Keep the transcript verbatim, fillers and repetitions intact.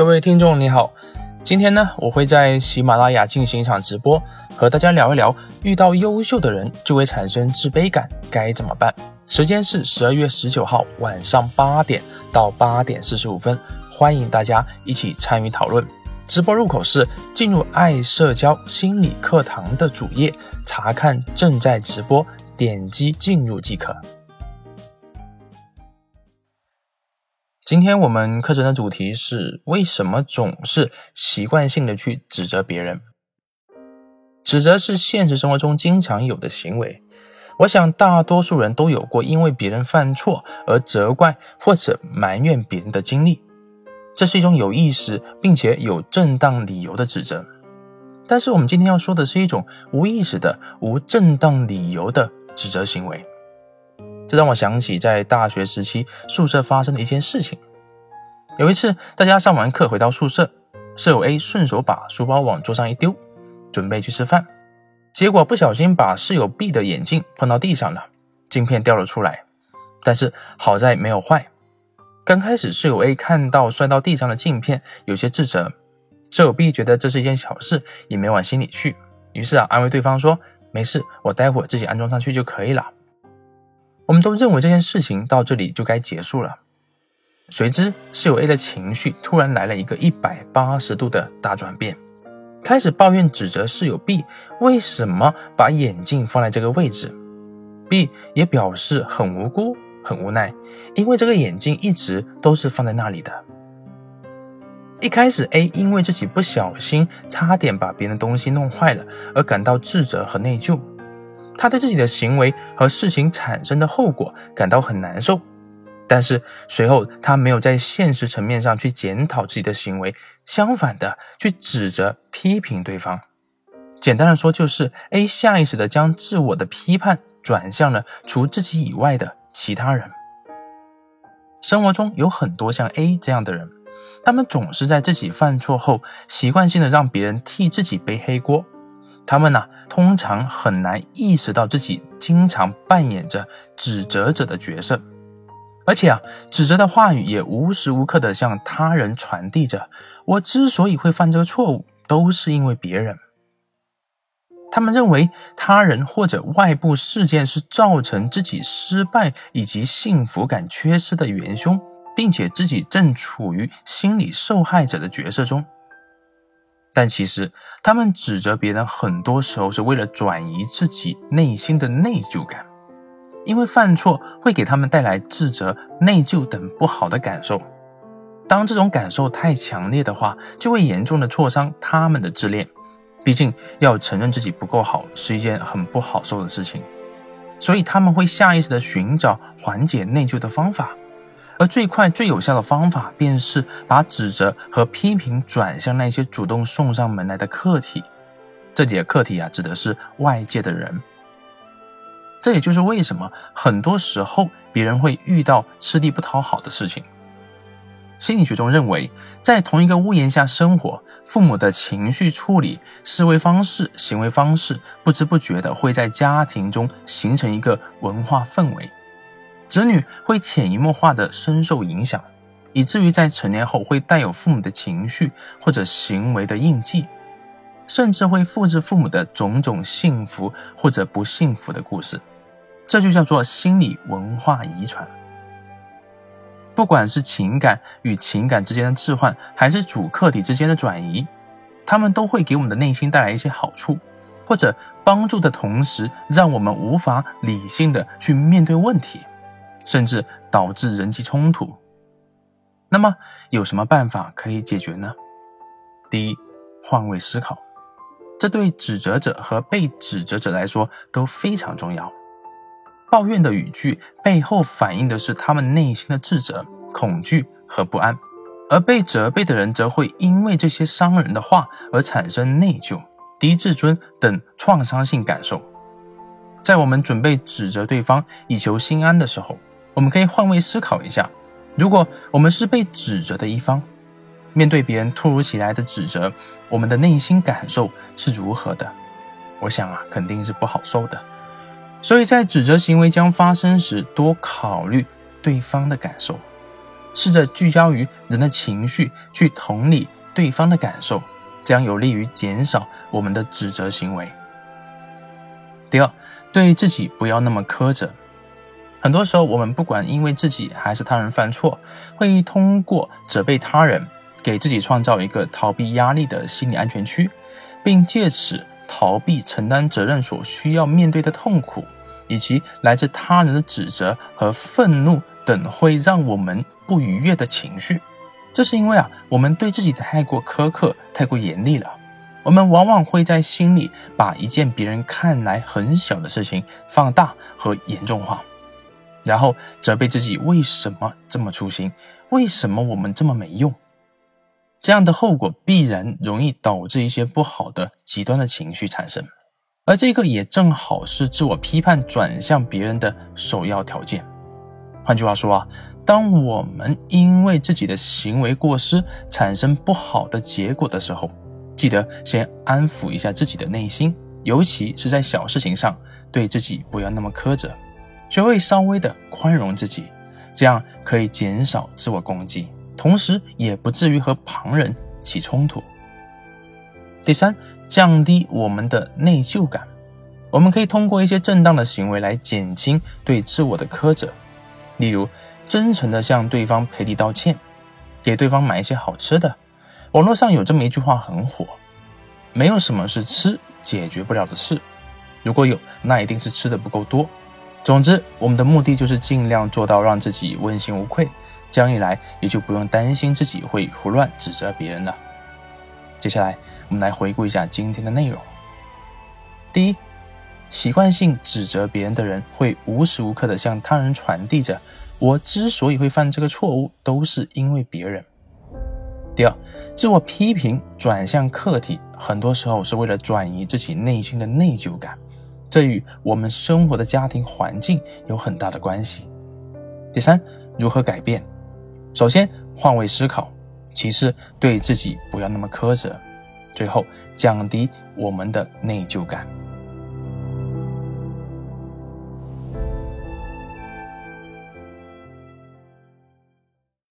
各位听众你好，今天呢，我会在喜马拉雅进行一场直播，和大家聊一聊遇到优秀的人就会产生自卑感该怎么办。时间是十二月十九号晚上八点到八点四十五分，欢迎大家一起参与讨论。直播入口是进入爱社交心理课堂的主页，查看正在直播，点击进入即可。今天我们课程的主题是为什么总是习惯性的去指责别人。指责是现实生活中经常有的行为，我想大多数人都有过因为别人犯错而责怪或者埋怨别人的经历，这是一种有意识并且有正当理由的指责。但是我们今天要说的是一种无意识的无正当理由的指责行为。这让我想起在大学时期宿舍发生的一件事情。有一次大家上完课回到宿舍，舍友 A 顺手把书包往桌上一丢，准备去吃饭，结果不小心把室友 B 的眼镜碰到地上了，镜片掉了出来，但是好在没有坏。刚开始室友 A 看到摔到地上的镜片有些自责，舍友 B 觉得这是一件小事，也没往心里去，于是啊安慰对方说，没事，我待会儿自己安装上去就可以了。我们都认为这件事情到这里就该结束了，谁知室友 A 的情绪突然来了一个一百八十度的大转变，开始抱怨指责室友 B 为什么把眼镜放在这个位置。 B 也表示很无辜很无奈，因为这个眼镜一直都是放在那里的。一开始 A 因为自己不小心差点把别人的东西弄坏了而感到自责和内疚，他对自己的行为和事情产生的后果感到很难受，但是随后他没有在现实层面上去检讨自己的行为，相反的去指责批评对方。简单的说就是 A 下意识的将自我的批判转向了除自己以外的其他人。生活中有很多像 A 这样的人，他们总是在自己犯错后习惯性的让别人替自己背黑锅。他们呢、啊，通常很难意识到自己经常扮演着指责者的角色，而且啊，指责的话语也无时无刻的向他人传递着，我之所以会犯这个错误，都是因为别人。他们认为他人或者外部事件是造成自己失败以及幸福感缺失的元凶，并且自己正处于心理受害者的角色中。但其实他们指责别人很多时候是为了转移自己内心的内疚感，因为犯错会给他们带来自责、内疚等不好的感受。当这种感受太强烈的话，就会严重的挫伤他们的自恋。毕竟要承认自己不够好是一件很不好受的事情，所以他们会下意识地寻找缓解内疚的方法。而最快最有效的方法便是把指责和批评转向那些主动送上门来的客体，这里的客体啊，指的是外界的人。这也就是为什么很多时候别人会遇到吃力不讨好的事情。心理学中认为，在同一个屋檐下生活，父母的情绪处理、思维方式、行为方式不知不觉的会在家庭中形成一个文化氛围，子女会潜移默化的深受影响，以至于在成年后会带有父母的情绪或者行为的印记，甚至会复制父母的种种幸福或者不幸福的故事。这就叫做心理文化遗传。不管是情感与情感之间的置换，还是主客体之间的转移，它们都会给我们的内心带来一些好处，或者帮助的同时让我们无法理性的去面对问题，甚至导致人际冲突。那么有什么办法可以解决呢？第一，换位思考，这对指责者和被指责者来说都非常重要。抱怨的语句背后反映的是他们内心的自责、恐惧和不安，而被责备的人则会因为这些伤人的话而产生内疚、低自尊等创伤性感受。在我们准备指责对方以求心安的时候，我们可以换位思考一下，如果我们是被指责的一方，面对别人突如其来的指责，我们的内心感受是如何的？我想啊，肯定是不好受的。所以在指责行为将发生时，多考虑对方的感受。 试着聚焦于人的情绪，去同理对方的感受，这样有利于减少我们的指责行为。第二，对自己不要那么苛责。很多时候，我们不管因为自己还是他人犯错，会通过责备他人，给自己创造一个逃避压力的心理安全区，并借此逃避承担责任所需要面对的痛苦，以及来自他人的指责和愤怒等会让我们不愉悦的情绪。这是因为啊，我们对自己太过苛刻，太过严厉了。我们往往会在心里把一件别人看来很小的事情放大和严重化，然后责备自己为什么这么粗心，为什么我们这么没用。这样的后果必然容易导致一些不好的极端的情绪产生，而这个也正好是自我批判转向别人的首要条件。换句话说啊，当我们因为自己的行为过失产生不好的结果的时候，记得先安抚一下自己的内心，尤其是在小事情上，对自己不要那么苛责，学会稍微的宽容自己，这样可以减少自我攻击，同时也不至于和旁人起冲突。第三，降低我们的内疚感。我们可以通过一些正当的行为来减轻对自我的苛责，例如真诚地向对方赔礼道歉，给对方买一些好吃的。网络上有这么一句话很火，没有什么是吃解决不了的事，如果有，那一定是吃的不够多。总之，我们的目的就是尽量做到让自己问心无愧，这样一来也就不用担心自己会胡乱指责别人了。接下来我们来回顾一下今天的内容。第一，习惯性指责别人的人会无时无刻地向他人传递着我之所以会犯这个错误都是因为别人。第二，自我批评转向客体，很多时候是为了转移自己内心的内疚感，这与我们生活的家庭环境有很大的关系。第三，如何改变？首先，换位思考，其次，对自己不要那么苛责，最后，降低我们的内疚感。